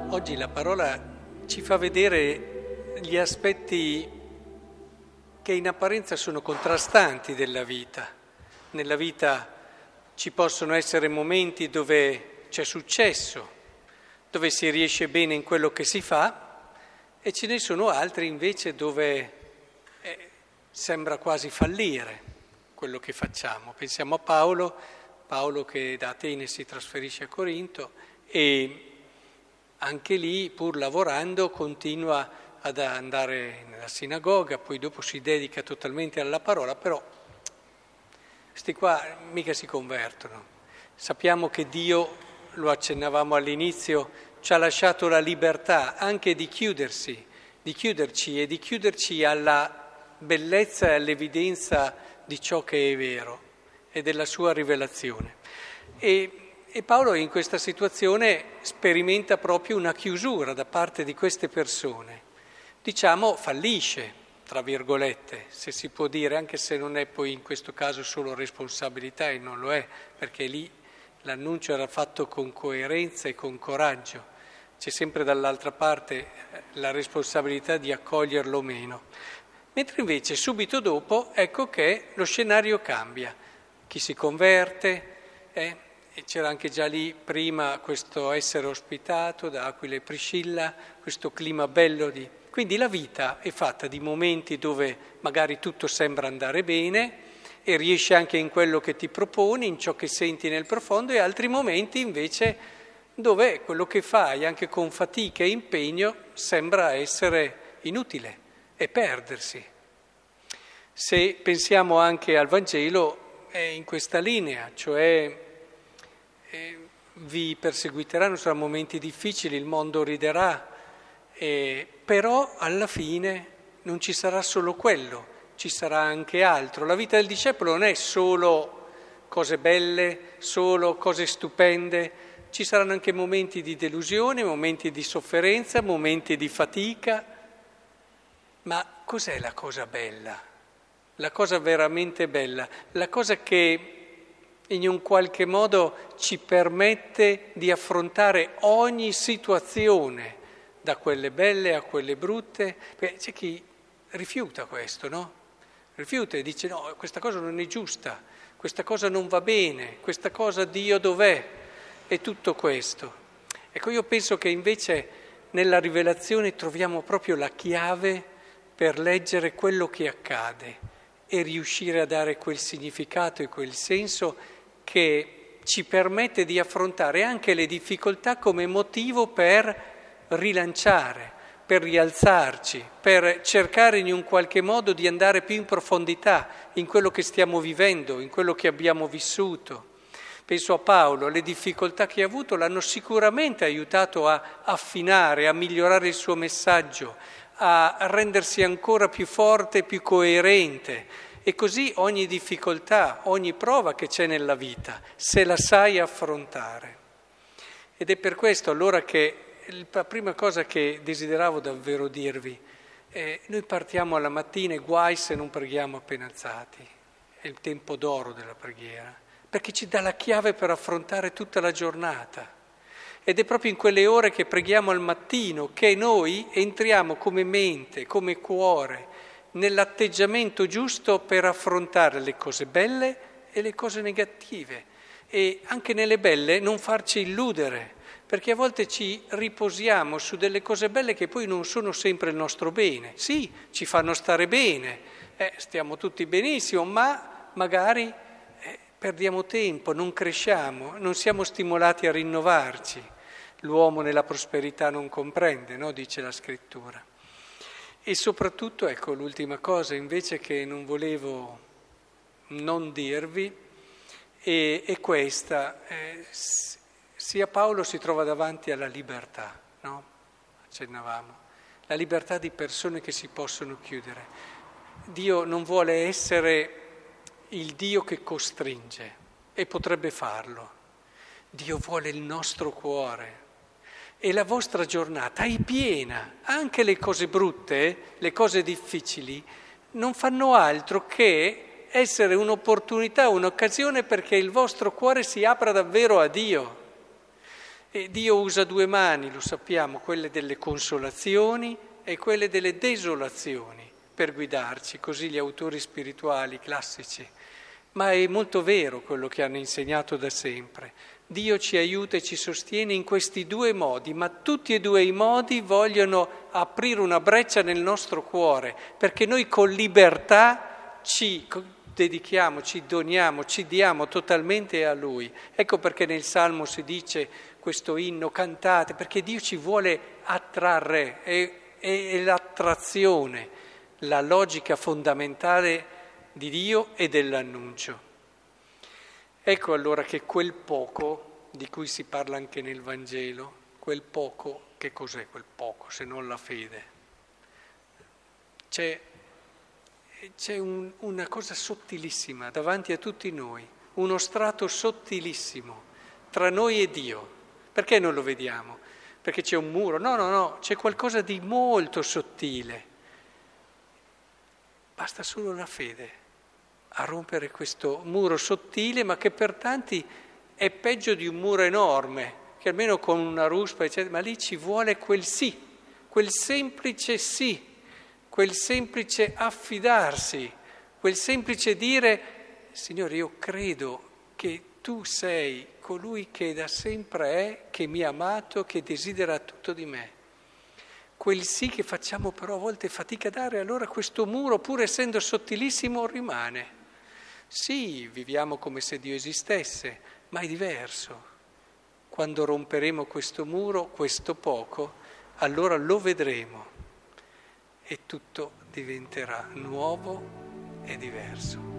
Oggi la parola ci fa vedere gli aspetti che in apparenza sono contrastanti della vita. Nella vita ci possono essere momenti dove c'è successo, dove si riesce bene in quello che si fa, e ce ne sono altri invece dove sembra quasi fallire quello che facciamo. Pensiamo a Paolo che da Atene si trasferisce a Corinto e anche lì, pur lavorando, continua ad andare nella sinagoga, poi dopo si dedica totalmente alla parola, però questi qua mica si convertono. Sappiamo che Dio, lo accennavamo all'inizio, ci ha lasciato la libertà anche di chiuderci e di chiuderci alla bellezza e all'evidenza di ciò che è vero e della sua rivelazione. E Paolo in questa situazione sperimenta proprio una chiusura da parte di queste persone. Diciamo fallisce, tra virgolette, se si può dire, anche se non è poi in questo caso solo responsabilità, e non lo è, perché lì l'annuncio era fatto con coerenza e con coraggio. C'è sempre dall'altra parte la responsabilità di accoglierlo o meno. Mentre invece subito dopo ecco che lo scenario cambia. Chi si converte, e c'era anche già lì prima questo essere ospitato da Aquila e Priscilla, questo clima bello di... Quindi la vita è fatta di momenti dove magari tutto sembra andare bene e riesci anche in quello che ti proponi, in ciò che senti nel profondo, e altri momenti invece dove quello che fai, anche con fatica e impegno, sembra essere inutile e perdersi. Se pensiamo anche al Vangelo, è in questa linea, cioè vi perseguiteranno, saranno momenti difficili, il mondo riderà, però alla fine non ci sarà solo quello, ci sarà anche altro. La vita del discepolo non è solo cose belle, solo cose stupende, ci saranno anche momenti di delusione, momenti di sofferenza, momenti di fatica. Ma cos'è la cosa bella? La cosa veramente bella? La cosa che in un qualche modo ci permette di affrontare ogni situazione, da quelle belle a quelle brutte. Perché c'è chi rifiuta questo, no? Rifiuta e dice no, questa cosa non è giusta, questa cosa non va bene, questa cosa Dio dov'è? E tutto questo. Ecco, io penso che invece nella rivelazione troviamo proprio la chiave per leggere quello che accade e riuscire a dare quel significato e quel senso che ci permette di affrontare anche le difficoltà come motivo per rilanciare, per rialzarci, per cercare in un qualche modo di andare più in profondità in quello che stiamo vivendo, in quello che abbiamo vissuto. Penso a Paolo, le difficoltà che ha avuto l'hanno sicuramente aiutato a affinare, a migliorare il suo messaggio, a rendersi ancora più forte, più coerente. E così ogni difficoltà, ogni prova che c'è nella vita, se la sai affrontare. Ed è per questo allora che la prima cosa che desideravo davvero dirvi è: noi partiamo alla mattina e guai se non preghiamo appena alzati. È il tempo d'oro della preghiera, perché ci dà la chiave per affrontare tutta la giornata. Ed è proprio in quelle ore che preghiamo al mattino che noi entriamo come mente, come cuore, nell'atteggiamento giusto per affrontare le cose belle e le cose negative. E anche nelle belle non farci illudere, perché a volte ci riposiamo su delle cose belle che poi non sono sempre il nostro bene. Sì, ci fanno stare bene, stiamo tutti benissimo, ma magari perdiamo tempo, non cresciamo, non siamo stimolati a rinnovarci. L'uomo nella prosperità non comprende, no? Dice la Scrittura. E soprattutto, ecco, l'ultima cosa invece che non volevo non dirvi è questa. Sia Paolo si trova davanti alla libertà, no? Accennavamo. La libertà di persone che si possono chiudere. Dio non vuole essere il Dio che costringe, e potrebbe farlo. Dio vuole il nostro cuore. E la vostra giornata è piena, anche le cose brutte, le cose difficili, non fanno altro che essere un'opportunità, un'occasione perché il vostro cuore si apra davvero a Dio. E Dio usa due mani, lo sappiamo, quelle delle consolazioni e quelle delle desolazioni per guidarci, così gli autori spirituali classici. Ma è molto vero quello che hanno insegnato da sempre. Dio ci aiuta e ci sostiene in questi due modi, ma tutti e due i modi vogliono aprire una breccia nel nostro cuore, perché noi con libertà ci dedichiamo, ci doniamo, ci diamo totalmente a Lui. Ecco perché nel Salmo si dice questo inno, cantate, perché Dio ci vuole attrarre, è l'attrazione, la logica fondamentale di Dio e dell'annuncio. Ecco allora che quel poco, di cui si parla anche nel Vangelo, quel poco, che cos'è quel poco se non la fede? C'è una cosa sottilissima davanti a tutti noi, uno strato sottilissimo tra noi e Dio. Perché non lo vediamo? Perché c'è un muro? No, c'è qualcosa di molto sottile. Basta solo la fede a rompere questo muro sottile, ma che per tanti è peggio di un muro enorme, che almeno con una ruspa, eccetera, ma lì ci vuole quel sì, quel semplice sì, quel semplice affidarsi, quel semplice dire: Signore, io credo che Tu sei colui che da sempre è, che mi ha amato, che desidera tutto di me. Quel sì che facciamo però a volte fatica a dare, allora questo muro, pur essendo sottilissimo, rimane. Sì, viviamo come se Dio esistesse, ma è diverso. Quando romperemo questo muro, questo poco, allora lo vedremo e tutto diventerà nuovo e diverso.